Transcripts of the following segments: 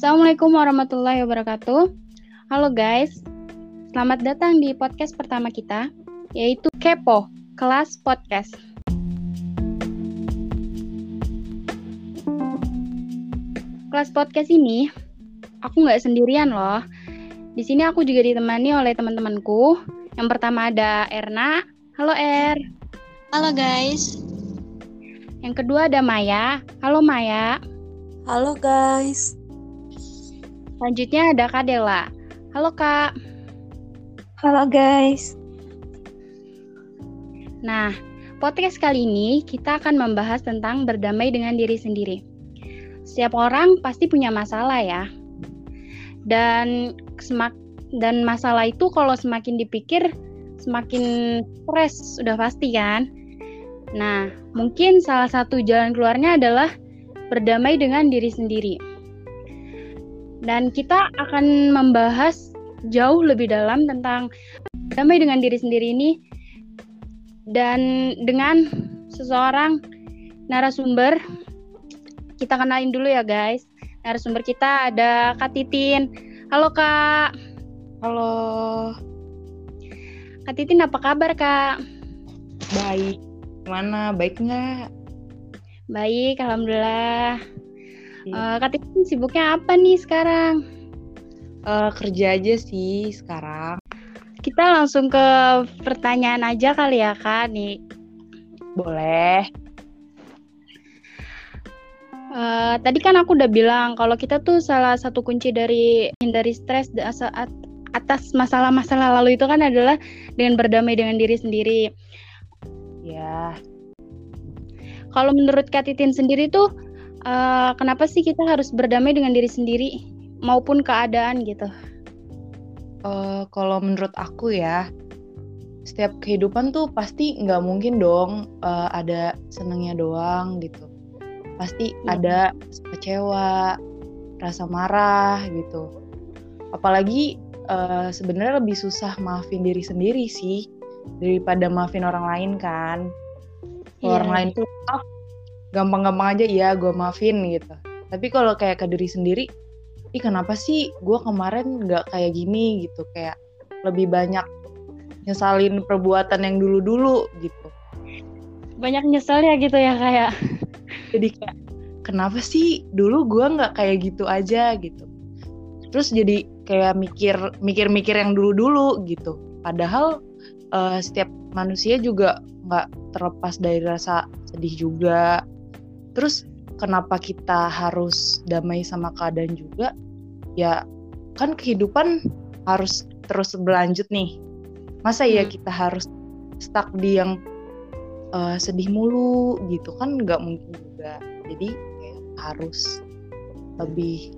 Assalamualaikum warahmatullahi wabarakatuh. Halo guys, selamat datang di podcast pertama kita, yaitu Kepo, Kelas Podcast. Kelas podcast ini, aku nggak sendirian loh. Di sini aku juga ditemani oleh teman-temanku. Yang pertama ada Erna. Halo Er. Halo guys. Yang kedua ada Maya. Halo Maya. Halo guys. Selanjutnya ada Kak Dela. Halo Kak. Halo guys. Nah, podcast kali ini kita akan membahas tentang berdamai dengan diri sendiri. Setiap orang pasti punya masalah ya. Dan masalah itu kalau semakin dipikir semakin stres, sudah pasti kan? Nah, mungkin salah satu jalan keluarnya adalah berdamai dengan diri sendiri. Dan kita akan membahas jauh lebih dalam tentang berdamai dengan diri sendiri ini dan dengan seseorang narasumber. Kita kenalin dulu ya guys. Narasumber kita ada Kak Titin. Halo Kak. Halo. Kak Titin apa kabar Kak? Baik. Gimana? Baik nggak? Baik, alhamdulillah. Kak Titin sibuknya apa nih sekarang? Kerja aja sih sekarang. Kita langsung ke pertanyaan aja kali ya Kak nih. Boleh. Tadi kan aku udah bilang kalau kita tuh salah satu kunci dari hindari stres atas masalah-masalah lalu itu kan adalah dengan berdamai dengan diri sendiri. Ya. Kalau menurut Kak Titin sendiri tuh kenapa sih kita harus berdamai dengan diri sendiri maupun keadaan gitu? Kalau menurut aku ya, setiap kehidupan tuh pasti nggak mungkin dong ada senangnya doang gitu. Pasti ada kecewa, rasa marah gitu. Apalagi sebenarnya lebih susah maafin diri sendiri sih daripada maafin orang lain kan. Orang lain tuh gampang-gampang aja ya gue maafin gitu. Tapi kalau kayak ke diri sendiri, kenapa sih gue kemarin gak kayak gini gitu. Kayak lebih banyak nyesalin perbuatan yang dulu-dulu gitu. Banyak nyesel ya gitu ya kayak. Jadi kayak kenapa sih dulu gue gak kayak gitu aja gitu. Terus jadi kayak mikir-mikir yang dulu-dulu gitu. Padahal setiap manusia juga gak terlepas dari rasa sedih juga. Terus kenapa kita harus damai sama keadaan juga? Ya kan kehidupan harus terus berlanjut nih. Masa ya kita harus stuck di yang sedih mulu gitu kan nggak mungkin juga. Jadi harus lebih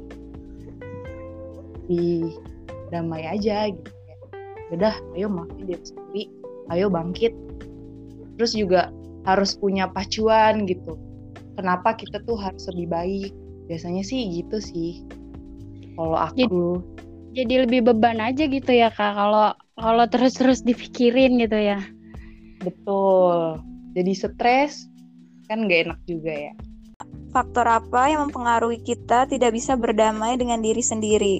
damai aja gitu. Udah, ayo maafin diri sendiri, ayo bangkit. Terus juga harus punya pacuan gitu. Kenapa kita tuh harus lebih baik? Biasanya sih gitu sih. Kalau aku. Jadi lebih beban aja gitu ya Kak. Kalau terus-terus dipikirin gitu ya. Betul. Jadi stres kan nggak enak juga ya. Faktor apa yang mempengaruhi kita tidak bisa berdamai dengan diri sendiri?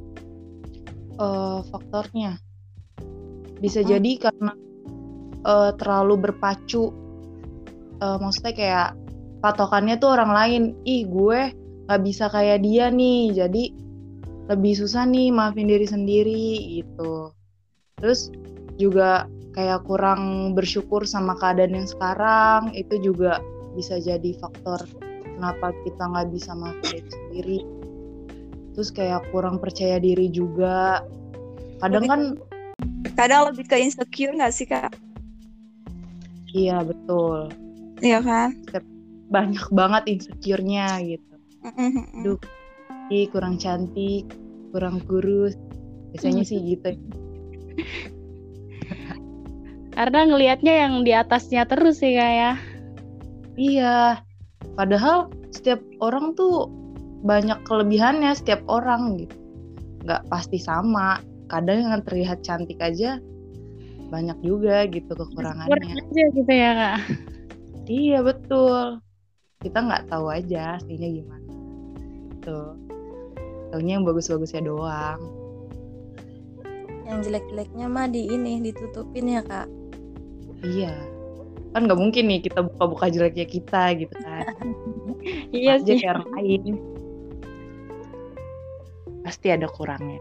Faktornya bisa jadi karena terlalu berpacu. Maksudnya kayak patokannya tuh orang lain. Gue gak bisa kayak dia nih, jadi lebih susah nih maafin diri sendiri gitu. Terus juga kayak kurang bersyukur sama keadaan yang sekarang. Itu juga bisa jadi faktor kenapa kita gak bisa maafin diri sendiri. Terus kayak kurang percaya diri juga. Kadang lebih ke insecure gak sih Kak? Iya betul. Iya kan? Banyak banget insecure-nya gitu. Aduh, kurang cantik, kurang kurus. Biasanya sih gitu. Karena ngelihatnya yang di atasnya terus sih kayak. Iya. Padahal setiap orang tuh banyak kelebihannya setiap orang gitu. Nggak pasti sama. Kadang yang terlihat cantik aja banyak juga gitu kekurangannya. Kurang aja gitu ya Kak. Iya betul. Kita nggak tahu aja aslinya gimana gitu. taunya yang bagus-bagusnya doang. Yang jelek-jeleknya mah ditutupin ya Kak. Iya, kan nggak mungkin nih kita buka-buka jeleknya kita gitu kan. Iya Aja sih. kayak orang lain, pasti ada kurangnya.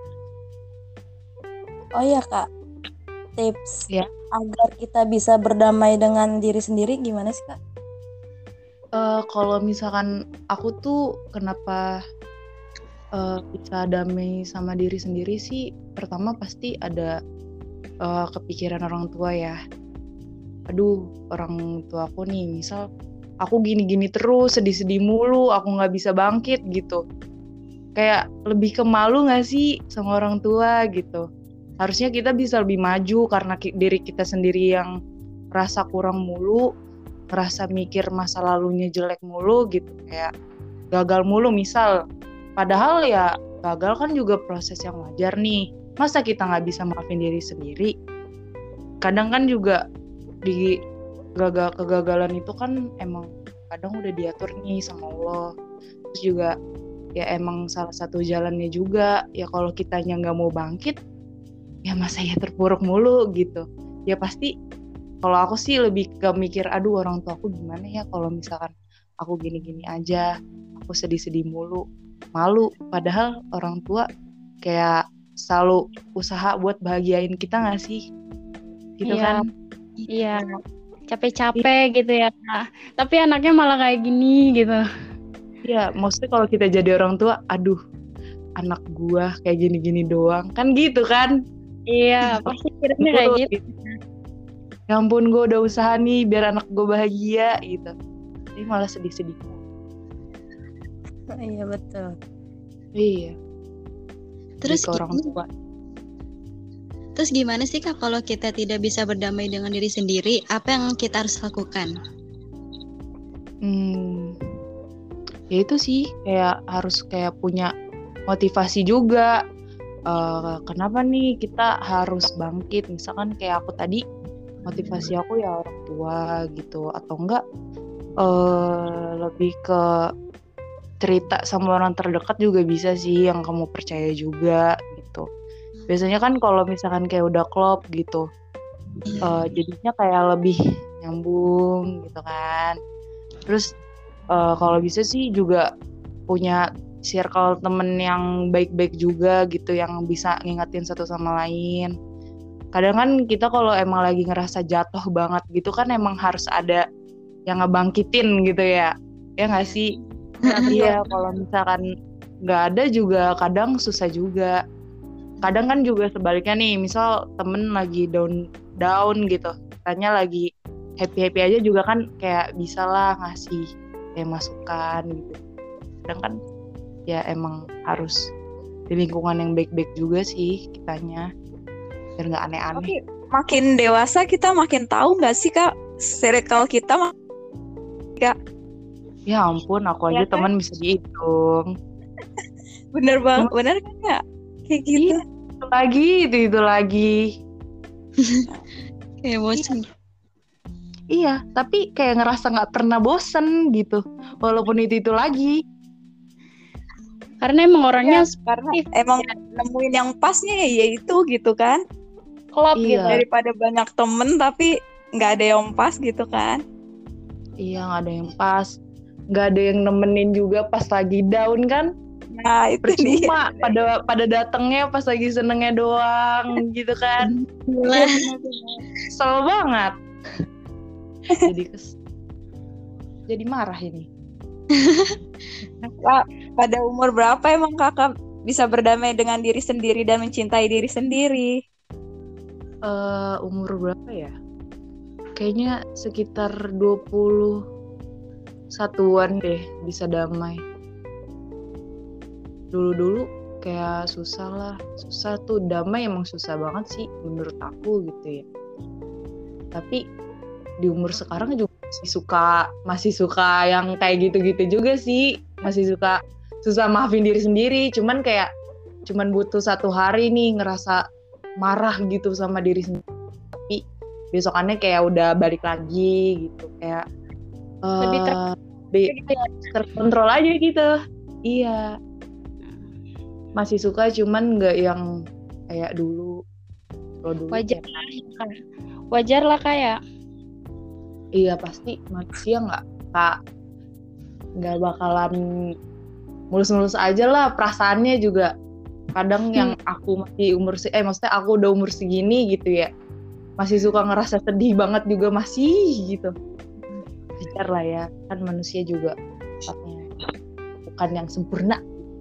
Oh iya Kak, tips Ya. agar kita bisa berdamai dengan diri sendiri gimana sih Kak? Kalau misalkan aku tuh kenapa bisa damai sama diri sendiri sih, pertama pasti ada kepikiran orang tua ya. Aduh, orang tua aku nih, misal aku gini-gini terus, sedih-sedih mulu, aku nggak bisa bangkit gitu. Kayak lebih ke malu nggak sih sama orang tua gitu. Harusnya kita bisa lebih maju karena diri kita sendiri yang rasa kurang mulu, ngerasa mikir masa lalunya jelek mulu gitu, kayak gagal mulu misal. Padahal ya gagal kan juga proses yang wajar nih. Masa kita nggak bisa maafin diri sendiri? Kadang kan juga di kegagalan itu kan emang kadang udah diatur nih sama Allah. Terus juga ya emang salah satu jalannya juga ya kalau kitanya nggak mau bangkit, ya masa ya terpuruk mulu gitu. Ya pasti kalau aku sih lebih ke mikir, aduh orang tua aku gimana ya kalau misalkan aku gini-gini aja, aku sedih-sedih mulu, malu. Padahal orang tua kayak selalu usaha buat bahagiain kita nggak sih? Gitu Iya. kan? Iya, capek-capek gitu ya Kak. Tapi anaknya malah kayak gini gitu. Iya, maksudnya kalau kita jadi orang tua, aduh anak gua kayak gini-gini doang, kan gitu kan? Iya, pasti kiranya kayak gitu. Ya ampun, gue udah usaha nih biar anak gue bahagia gitu. Tapi malah sedih-sedih. Iya betul. Iya. Terus Jadi ke orang tua. Terus gimana sih Kak kalau kita tidak bisa berdamai dengan diri sendiri? Apa yang kita harus lakukan? Ya itu sih kayak harus kayak punya motivasi juga. Kenapa nih kita harus bangkit? Misalkan kayak aku tadi, motivasi aku ya orang tua gitu, atau enggak lebih ke cerita sama orang terdekat juga bisa sih yang kamu percaya juga gitu. Biasanya kan kalau misalkan kayak udah klop gitu, jadinya kayak lebih nyambung gitu kan. Terus kalau bisa sih juga punya circle temen yang baik-baik juga gitu, yang bisa ngingetin satu sama lain. Kadang kan kita kalau emang lagi ngerasa jatuh banget gitu kan emang harus ada yang ngebangkitin gitu ya nggak sih? Iya, kalau misalkan nggak ada juga kadang susah juga. Kadang kan juga sebaliknya nih, misal temen lagi down gitu, katanya lagi happy aja juga kan kayak bisa lah ngasih kayak masukan gitu. Kadang kan ya emang harus di lingkungan yang baik-baik juga sih kitanya, biar nggak aneh-aneh. Tapi makin dewasa kita makin tahu nggak sih Kak, circle kita Kak. Ya ampun, aku aja Ya kan? teman bisa dihitung. Bener banget, bener kan Kak? Kayak gitu. Itu lagi. Kayak bosan. Iya, tapi kayak ngerasa nggak pernah bosen gitu, walaupun itu lagi. Karena emang orangnya Karena emang nemuin yang pasnya ya itu gitu kan. Klop Iya. gitu, daripada banyak temen tapi nggak ada yang pas gitu kan. Iya, nggak ada yang pas, nggak ada yang nemenin juga pas lagi down kan. Nah itu dia. Percuma pada datangnya pas lagi senengnya doang gitu kan. Kesel banget. Jadi marah ini. Kak, pada umur berapa emang Kakak bisa berdamai dengan diri sendiri dan mencintai diri sendiri? Umur berapa ya? Kayaknya sekitar 21-an deh bisa damai. Dulu kayak susah tuh damai, emang susah banget sih menurut aku gitu ya. Tapi di umur sekarang juga masih suka yang kayak gitu-gitu juga sih, masih suka susah maafin diri sendiri. Cuman butuh 1 hari nih ngerasa marah gitu sama diri sendiri, tapi besokannya kayak udah balik lagi gitu, kayak lebih terkontrol terkontrol aja gitu. Iya. masih suka, cuman nggak yang kayak dulu. Kalau dulu Wajar kayak, lah ya, Kak. Wajar lah kayak. iya pasti manusia nggak bakalan mulus-mulus aja lah, perasaannya juga kadang yang aku masih maksudnya aku udah umur segini gitu ya, masih suka ngerasa sedih banget juga masih gitu. Wajar lah ya, kan manusia juga sifatnya bukan yang sempurna.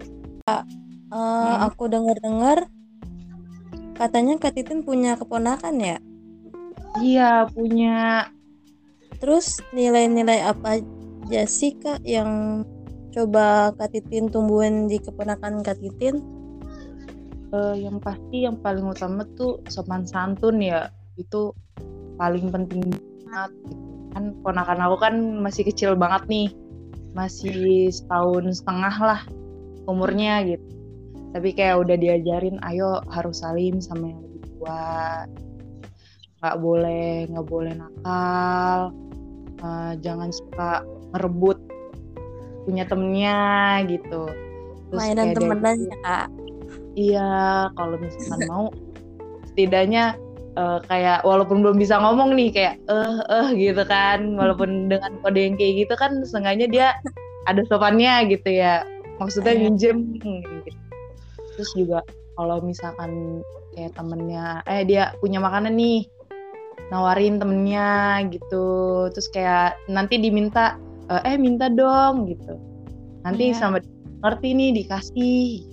Aku dengar-dengar katanya Kak Titin punya keponakan ya. Iya punya. Terus nilai-nilai apa aja sih Kak yang coba Kak Titin tumbuhin di keponakan Kak Titin? Yang pasti yang paling utama tuh sopan santun ya, itu paling penting banget gitu. Kan ponakan aku kan masih kecil banget nih, masih 1,5 tahun lah umurnya gitu, tapi kayak udah diajarin ayo harus salim sama yang lebih tua, nggak boleh nakal, jangan suka ngerebut punya temennya gitu. Terus Mainan kayak temenan ya Kak. iya, kalau misalkan mau setidaknya kayak walaupun belum bisa ngomong nih kayak gitu kan, walaupun dengan kode yang kayak gitu kan seenggaknya dia ada sopannya gitu ya, maksudnya minjem gitu. Terus juga kalau misalkan kayak temennya dia punya makanan nih, nawarin temennya gitu, terus kayak nanti diminta minta dong gitu, nanti sama ngerti nih dikasih.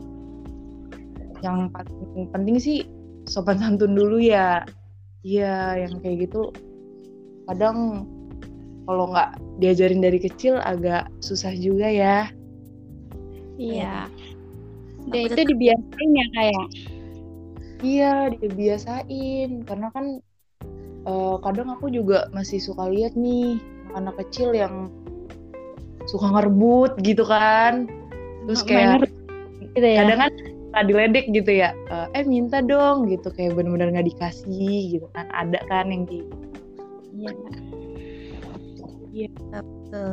Yang paling penting sih sopan santun dulu ya. Iya, yang kayak gitu kadang kalau nggak diajarin dari kecil agak susah juga ya. Iya. Dan itu dibiasain ya kayak. Iya, dibiasain. Karena kan kadang aku juga masih suka lihat nih anak kecil yang suka ngerebut gitu kan. Terus kayak gitu ya. Kadang kan diledek gitu ya, minta dong gitu, kayak benar-benar nggak dikasih gitu kan, ada kan yang kayak gitu. Iya betul.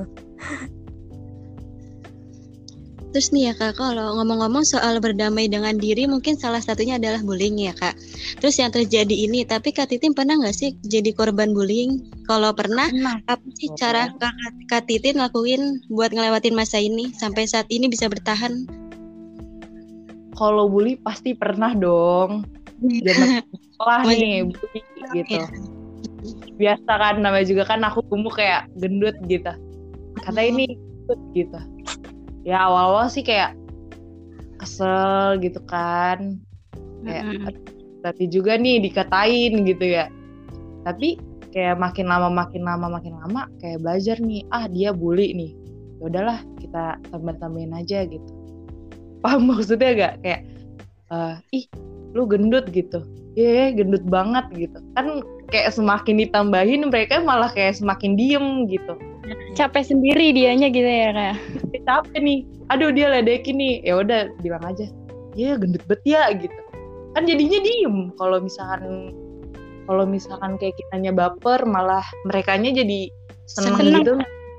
Terus nih ya Kak, kalau ngomong-ngomong soal berdamai dengan diri, mungkin salah satunya adalah bullying ya Kak. Terus yang terjadi ini, tapi Kak Titin pernah nggak sih jadi korban bullying? Kalau pernah, apa sih cara Kak Titin lakuin buat ngelewatin masa ini sampai saat ini bisa bertahan? Kalau bully pasti pernah dong. Zaman sekolah nih bully gitu. Biasa kan, namanya juga kan aku gemuk kayak gendut gitu. Kata ini gendut gitu. Ya awal-awal sih kayak kesel gitu kan. Kayak tapi juga nih dikatain gitu ya. Tapi kayak makin lama kayak belajar nih, dia bully nih. Ya udahlah, kita tambah-tambahin aja gitu. Paham maksudnya gak? Kayak lu gendut gitu, gendut banget gitu kan, kayak semakin ditambahin mereka malah kayak semakin diem gitu, capek sendiri dianya gitu ya kayak. Capek nih, aduh dia ledekin nih, ya udah bilang aja gendut bet ya gitu kan, jadinya diem. Kalau misalkan kayak kitanya baper, malah merekanya jadi seneng gitu.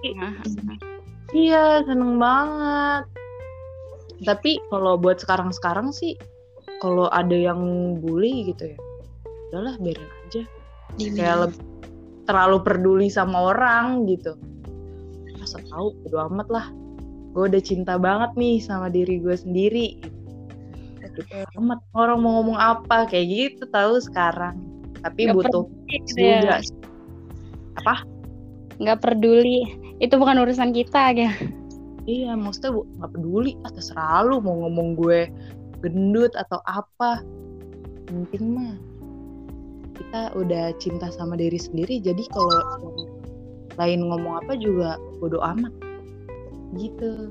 Iya, seneng banget. Tapi kalau buat sekarang sih, kalau ada yang bully gitu ya, udahlah biarin aja. Kayak terlalu peduli sama orang gitu. Masa tahu, bodo amat lah. Gue udah cinta banget nih sama diri gue sendiri. Gitu. Amat orang mau ngomong apa kayak gitu tahu sekarang. Tapi gak butuh juga. Apa? Gak peduli. Itu bukan urusan kita ya. Iya, maksudnya gak peduli, terserah lu mau ngomong gue gendut atau apa. Penting mah kita udah cinta sama diri sendiri, jadi kalau lain ngomong apa juga bodo amat. Gitu.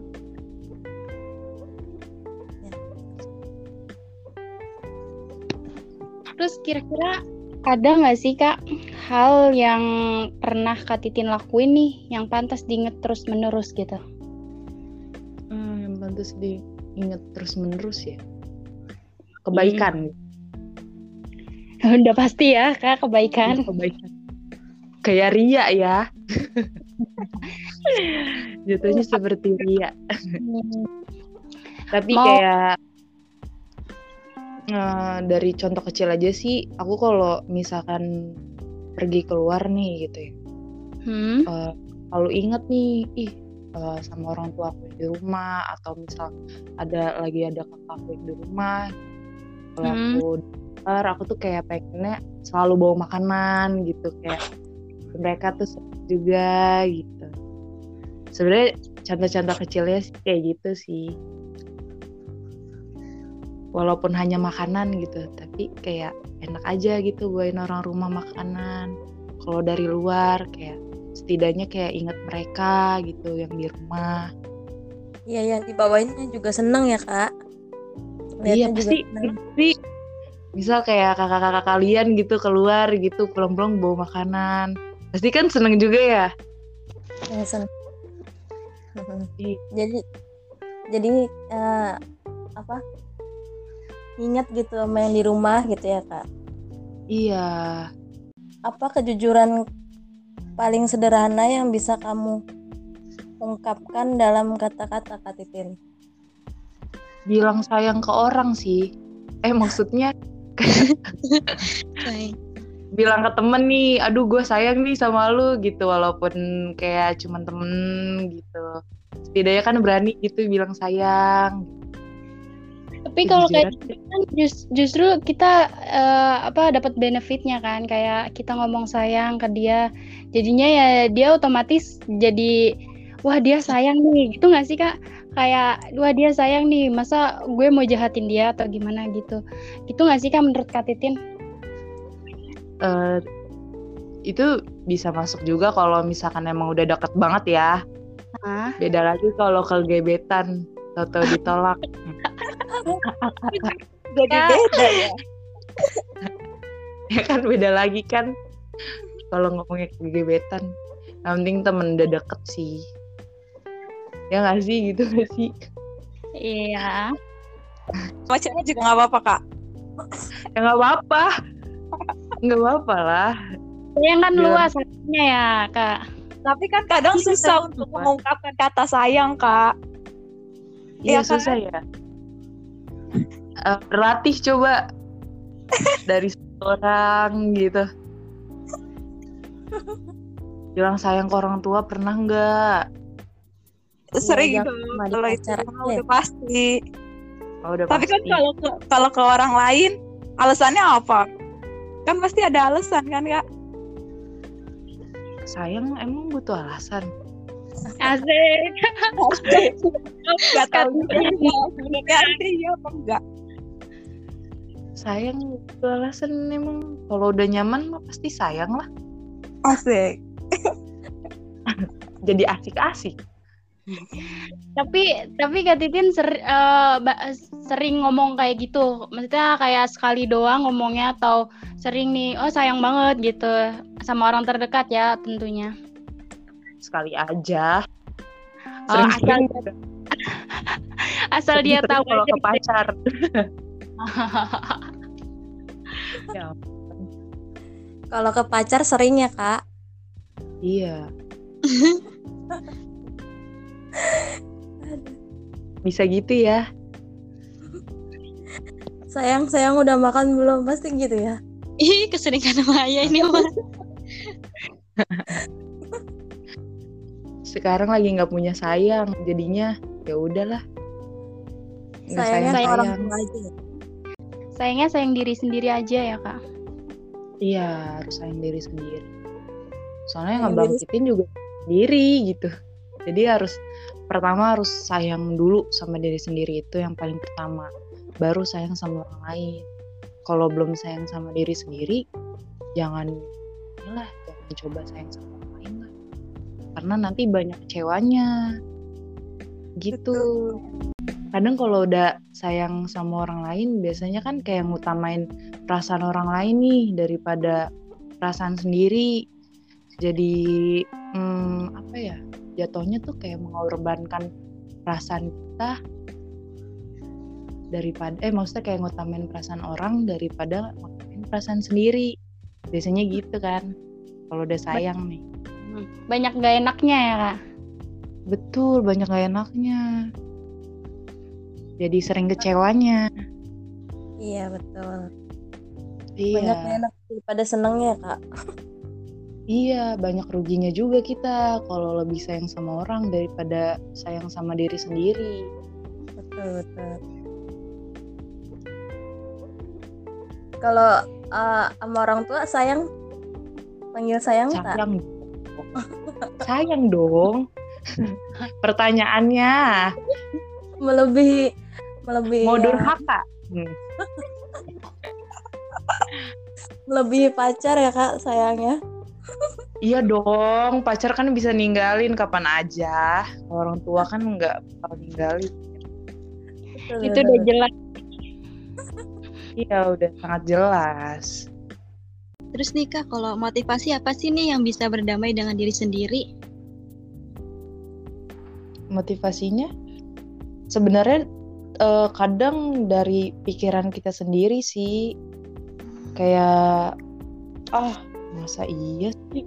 Terus kira-kira ada gak sih Kak hal yang pernah Kak Titin lakuin nih yang pantas diinget terus-menerus gitu? Pantas diinget terus-menerus ya, kebaikan. Udah pasti ya Kak, kebaikan. Kayak Ria ya. Jatuhnya seperti Ria. Tapi kayak Dari contoh kecil aja sih, aku kalau misalkan pergi keluar nih gitu ya, selalu inget nih, sama orang tua aku yang di rumah, atau misal lagi ada kakakku yang di rumah. Kalau aku tuh kayak pengennya selalu bawa makanan gitu, kayak mereka tuh senang juga gitu. Sebenarnya contoh-contoh kecilnya sih kayak gitu sih. Walaupun hanya makanan gitu, tapi kayak enak aja gitu bawain orang rumah makanan. Kalau dari luar kayak setidaknya kayak inget mereka gitu yang di rumah. Iya, yang dibawainnya juga seneng ya Kak. Iya Lihatnya pasti. Misal kayak kakak-kakak kalian gitu keluar gitu pulang-pulang bawa makanan, pasti kan seneng juga ya. Ya, seneng. Iya. Jadi apa? Ingat gitu sama yang di rumah gitu ya Kak. Iya. Apa kejujuran paling sederhana yang bisa kamu ungkapkan dalam kata-kata Kak Titin? Bilang sayang ke orang sih. Maksudnya bilang ke temen nih, aduh gue sayang nih sama lu gitu, walaupun kayak cuman temen gitu. Setidaknya kan berani gitu bilang sayang. Tapi kalau kayak gitu kan justru kita dapat benefitnya kan, kayak kita ngomong sayang ke dia, jadinya ya dia otomatis jadi wah dia sayang nih, gitu nggak sih Kak? Kayak wah dia sayang nih, masa gue mau jahatin dia atau gimana gitu nggak sih Kak menurut Kak Titin? Itu bisa masuk juga kalau misalkan emang udah deket banget ya. Beda lagi kalau kegebetan atau ditolak. Jadi beda ya. Ya kan beda lagi kan kalau ngomongnya kegebetan. Yang penting temen udah deket sih. Ya nggak sih, gitu nggak sih? Iya. Macamnya juga nggak apa-apa Kak. Ya nggak apa-apa. Nggak apa-apa lah. Sayang kan luas artinya ya Kak. Tapi kan kadang susah untuk mengungkapkan kata sayang Kak. Iya kan? susah ya. Berlatih coba dari orang gitu. Bilang sayang ke orang tua pernah nggak? Sering gitu. Kalau itu udah pasti. Tapi pasti. kan kalau ke orang lain alasannya apa? Kan pasti ada alasan kan Kak? Sayang emang butuh alasan. Asik. Gak tahu sebenarnya ada ya apa enggak. Sayang butuh alasan emang. Kalau udah nyaman mah pasti sayang lah. Asik. Jadi asik-asik. Tapi Kak Titin sering ngomong kayak gitu. Maksudnya kayak sekali doang ngomongnya atau sering nih, oh sayang banget gitu sama orang terdekat ya tentunya. Sekali aja. Asal dia tahu kalau aja ke pacar. Ya. Kalau ke pacar sering ya Kak? Iya. Bisa gitu ya. Sayang udah makan belum? Pasti gitu ya. Ih, keseringan Maya ini mah. Sekarang lagi nggak punya sayang, jadinya ya udahlah. Sayangnya orang tua aja. Sayangnya sayang diri sendiri aja ya Kak. Iya, harus sayang diri sendiri. Soalnya ngebangkitin juga diri gitu. Jadi pertama harus sayang dulu sama diri sendiri, itu yang paling pertama. Baru sayang sama orang lain. Kalau belum sayang sama diri sendiri, jangan coba sayang sama orang lain lah. Karena nanti banyak kecewanya. Gitu. Kadang kalau udah sayang sama orang lain, biasanya kan kayak ngutamain perasaan orang lain nih daripada perasaan sendiri. Jadi jatuhnya tuh kayak mengorbankan perasaan kita daripada maksudnya kayak ngutamain perasaan orang daripada ngutamain perasaan sendiri. Biasanya gitu kan kalau udah sayang nih. Banyak gak enaknya ya Kak? Betul, banyak gak enaknya. Jadi sering kecewanya. Iya betul. Banyak Iya, enak daripada senengnya Kak. iya, banyak ruginya juga kita kalau lebih sayang sama orang daripada sayang sama diri sendiri. Betul betul. Kalau sama orang tua sayang, panggil sayang tak? Sayang dong. Sayang dong. Pertanyaannya, Melebihi mau ya, durhaka? melebihi pacar ya Kak sayangnya. Iya dong, pacar kan bisa ninggalin kapan aja. Kalau orang tua kan nggak bakal ninggalin. Betul, Itu betul, udah betul. jelas. Iya, udah sangat jelas. Terus nih Kak, kalau motivasi apa sih nih yang bisa berdamai dengan diri sendiri? Motivasinya sebenarnya kadang dari pikiran kita sendiri sih. Kayak, masa iya sih?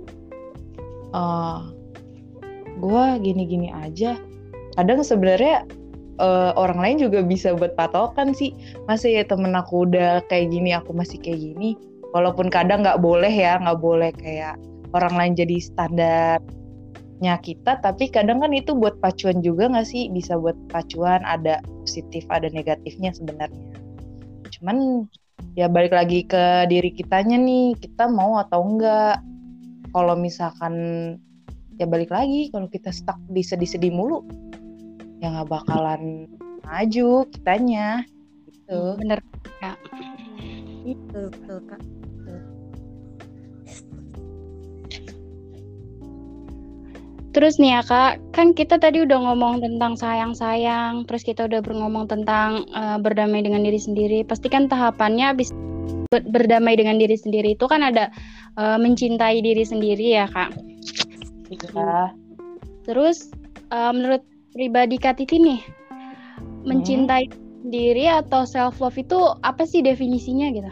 Gue gini-gini aja. Kadang sebenarnya orang lain juga bisa buat patokan sih. Masa ya temen aku udah kayak gini, aku masih kayak gini. Walaupun kadang nggak boleh kayak orang lain jadi standarnya kita, tapi kadang kan itu buat pacuan juga nggak sih? Bisa buat pacuan, ada positif, ada negatifnya sebenarnya. Cuman ya balik lagi ke diri kitanya nih, kita mau atau enggak. Kalau misalkan ya balik lagi, kalau kita stuck di sedih-sedih mulu, ya nggak bakalan maju kitanya gitu. Bener ya. Betul, betul Kak. Betul. Terus nih ya Kak, kan kita tadi udah ngomong tentang sayang-sayang, terus kita udah ngomong tentang berdamai dengan diri sendiri. Pasti kan tahapannya habis berdamai dengan diri sendiri itu kan ada mencintai diri sendiri ya Kak. Iya. Terus menurut pribadi Kak Titi nih, mencintai diri atau self love itu apa sih definisinya gitu?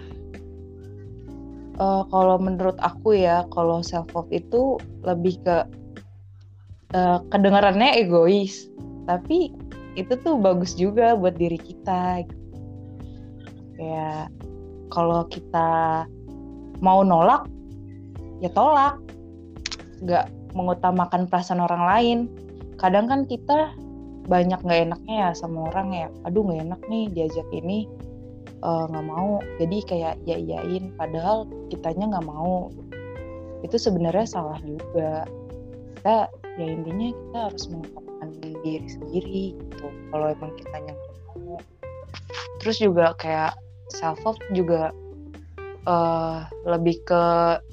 Kalau menurut aku ya, kalau self love itu lebih ke kedengarannya egois, tapi itu tuh bagus juga buat diri kita. Kayak kalau kita mau nolak, ya tolak, nggak mengutamakan perasaan orang lain. Kadang kan kita banyak nggak enaknya ya sama orang ya, aduh nggak enak nih diajak ini, nggak mau, jadi kayak iya-iyain padahal kitanya nggak mau. Itu sebenarnya salah juga. Kita ya intinya kita harus mengutamakan diri sendiri gitu, kalau emang kitanya nggak mau. Terus juga kayak self love juga lebih ke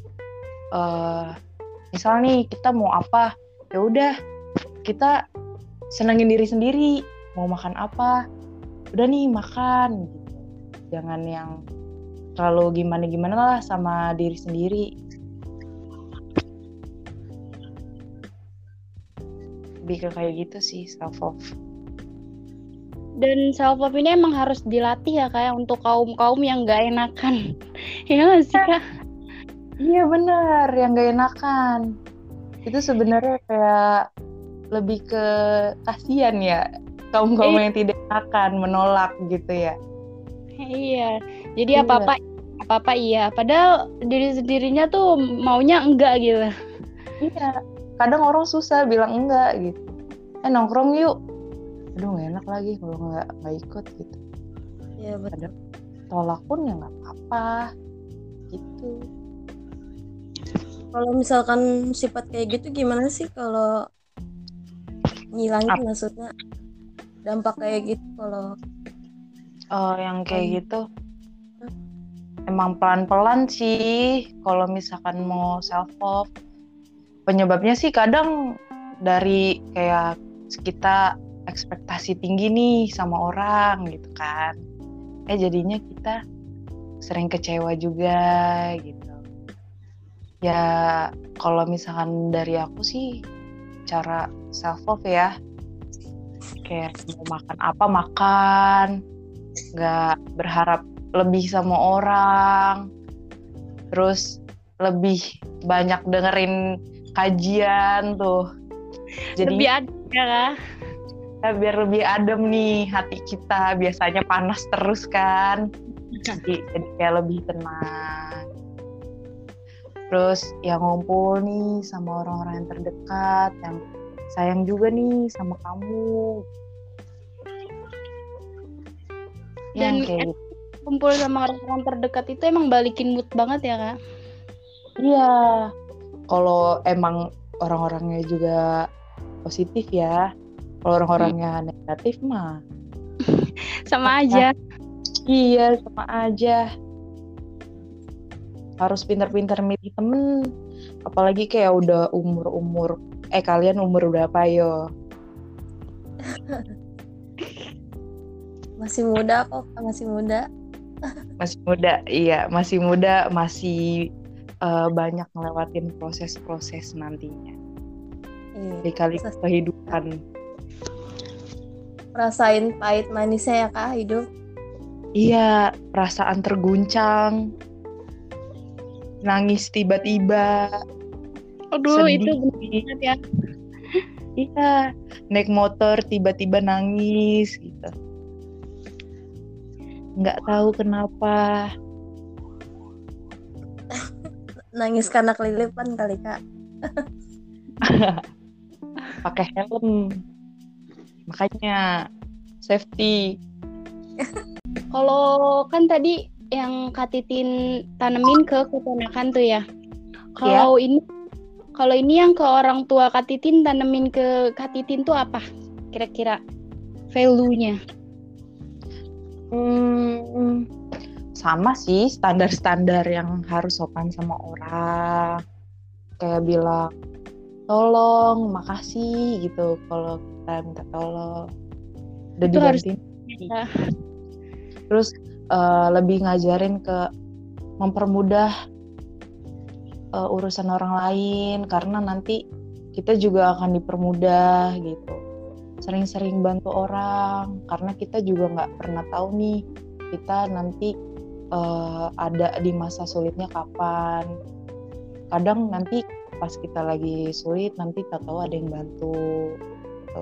misal nih kita mau apa, ya udah kita senengin diri sendiri. Mau makan apa, udah nih makan gitu. Jangan yang terlalu gimana-gimana lah sama diri sendiri. Lebih ke kayak gitu sih self love. Dan self love ini emang harus dilatih ya kayak untuk kaum yang nggak enakan. Ya nggak sih Kak? Iya benar, yang gak enakan. Itu sebenarnya kayak lebih ke kasihan ya, kaum-kaum yang tidak enakan, menolak gitu ya. Iya. Jadi apa-apa iya. Padahal diri sendirinya tuh maunya enggak gitu. Iya, kadang orang susah bilang enggak gitu. Nongkrong yuk. Aduh gak enak lagi kalau nggak ikut gitu. Iya betul. Kadang tolak pun ya nggak apa-apa gitu. Kalau misalkan sifat kayak gitu gimana sih kalau ngilangin, maksudnya dampak kayak gitu kalau yang kayak gitu emang pelan-pelan sih kalau misalkan mau self love. Penyebabnya sih kadang dari kayak kita ekspektasi tinggi nih sama orang gitu kan. Jadinya kita sering kecewa juga gitu. Ya kalau misalkan dari aku sih cara self love ya, kayak mau makan apa makan, nggak berharap lebih sama orang, terus lebih banyak dengerin kajian tuh, jadi Lebih adem ya Kak? biar lebih adem nih hati kita, biasanya panas terus kan. Jadi kayak lebih tenang. Terus ya ngumpul nih sama orang-orang yang terdekat, yang sayang juga nih sama kamu. Yang Dan kayak gitu. kumpul sama orang-orang terdekat itu emang balikin mood banget ya Kak? Iya. Kalau emang orang-orangnya juga positif ya. Kalau orang-orangnya negatif mah Sama aja. iya sama aja. Harus pintar-pintar milih temen. Apalagi kayak udah umur-umur. Kalian umur berapa yo? Masih muda kok, masih muda. Masih muda, iya masih muda, masih banyak ngelewatin proses-proses nantinya. Iya. Kali kehidupan. Rasain pahit manisnya ya Kak hidup. Iya, perasaan terguncang, nangis tiba-tiba, Aduh, sedih. itu bener banget ya. Iya, naik motor tiba-tiba nangis gitu. Nggak tahu kenapa. Nangis karena kelilipan kali Kak. Pakai helm. Makanya safety. Kalau kan tadi yang Kak Titin tanemin ke keponakan tuh ya. Kalau ini yang ke orang tua Kak Titin tanemin ke Kak Titin tuh apa? Kira-kira value-nya? Sama sih, standar-standar yang harus sopan sama orang. Kayak bilang, tolong, makasih gitu kalau kita minta tolong. Udah Itu harus dibantuin. ya. Terus lebih ngajarin ke mempermudah urusan orang lain, karena nanti kita juga akan dipermudah gitu. Sering-sering bantu orang, karena kita juga nggak pernah tahu nih kita nanti ada di masa sulitnya kapan. Kadang nanti pas kita lagi sulit, nanti tahu ada yang bantu gitu.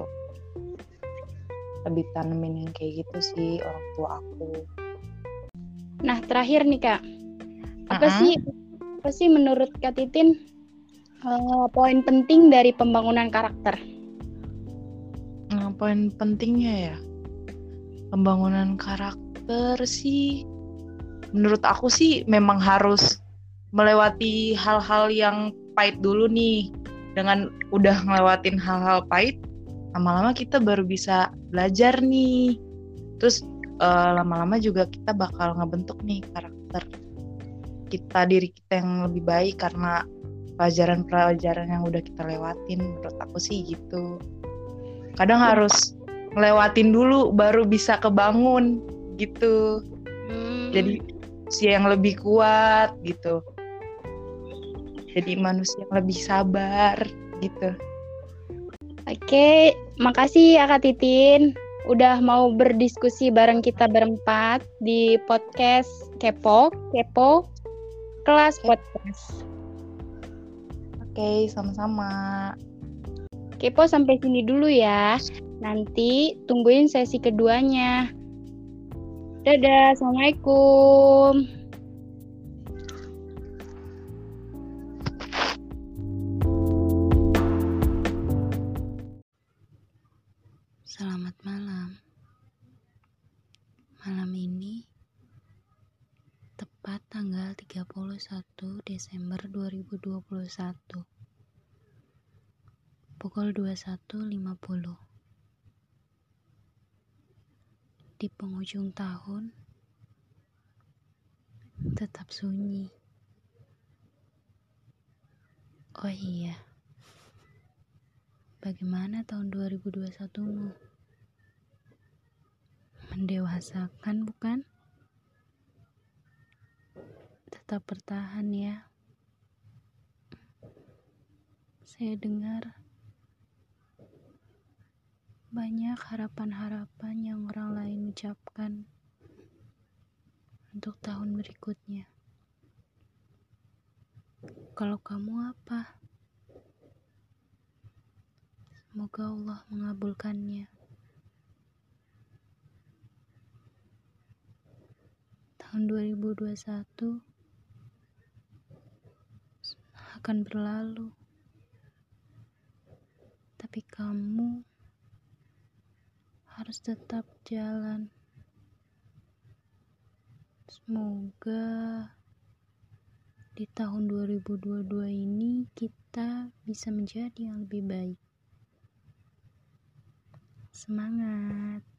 Lebih tanemin yang kayak gitu sih orang tua aku. Nah, terakhir nih Kak, apa sih menurut Kak Titin poin penting dari pembangunan karakter? Poin pentingnya ya, pembangunan karakter sih, menurut aku sih memang harus melewati hal-hal yang pahit dulu nih. Dengan udah ngelewatin hal-hal pahit, lama-lama kita baru bisa belajar nih. Terus lama-lama juga kita bakal ngebentuk nih karakter kita, diri kita yang lebih baik karena pelajaran-pelajaran yang udah kita lewatin. Menurut aku sih gitu. Kadang harus ngelewatin dulu baru bisa kebangun gitu. Jadi manusia yang lebih kuat gitu. Jadi manusia yang lebih sabar gitu. Oke, makasih ya Kak Titin udah mau berdiskusi bareng kita berempat di podcast Kepo Kelas Podcast. Oke, sama-sama. Kepo sampai sini dulu ya. Nanti tungguin sesi keduanya. Dadah, Assalamualaikum. Selamat malam. Malam ini tepat tanggal 31 Desember 2021. Pukul 21.50. Di penghujung tahun tetap sunyi. Oh iya. Bagaimana tahun 2021-mu? Mendewasakan, bukan? Tetap bertahan ya. Saya dengar banyak harapan-harapan yang orang lain ucapkan untuk tahun berikutnya. Kalau kamu apa? Semoga Allah mengabulkannya. tahun 2021 akan berlalu, tapi kamu harus tetap jalan. Semoga di tahun 2022 ini kita bisa menjadi yang lebih baik. Semangat!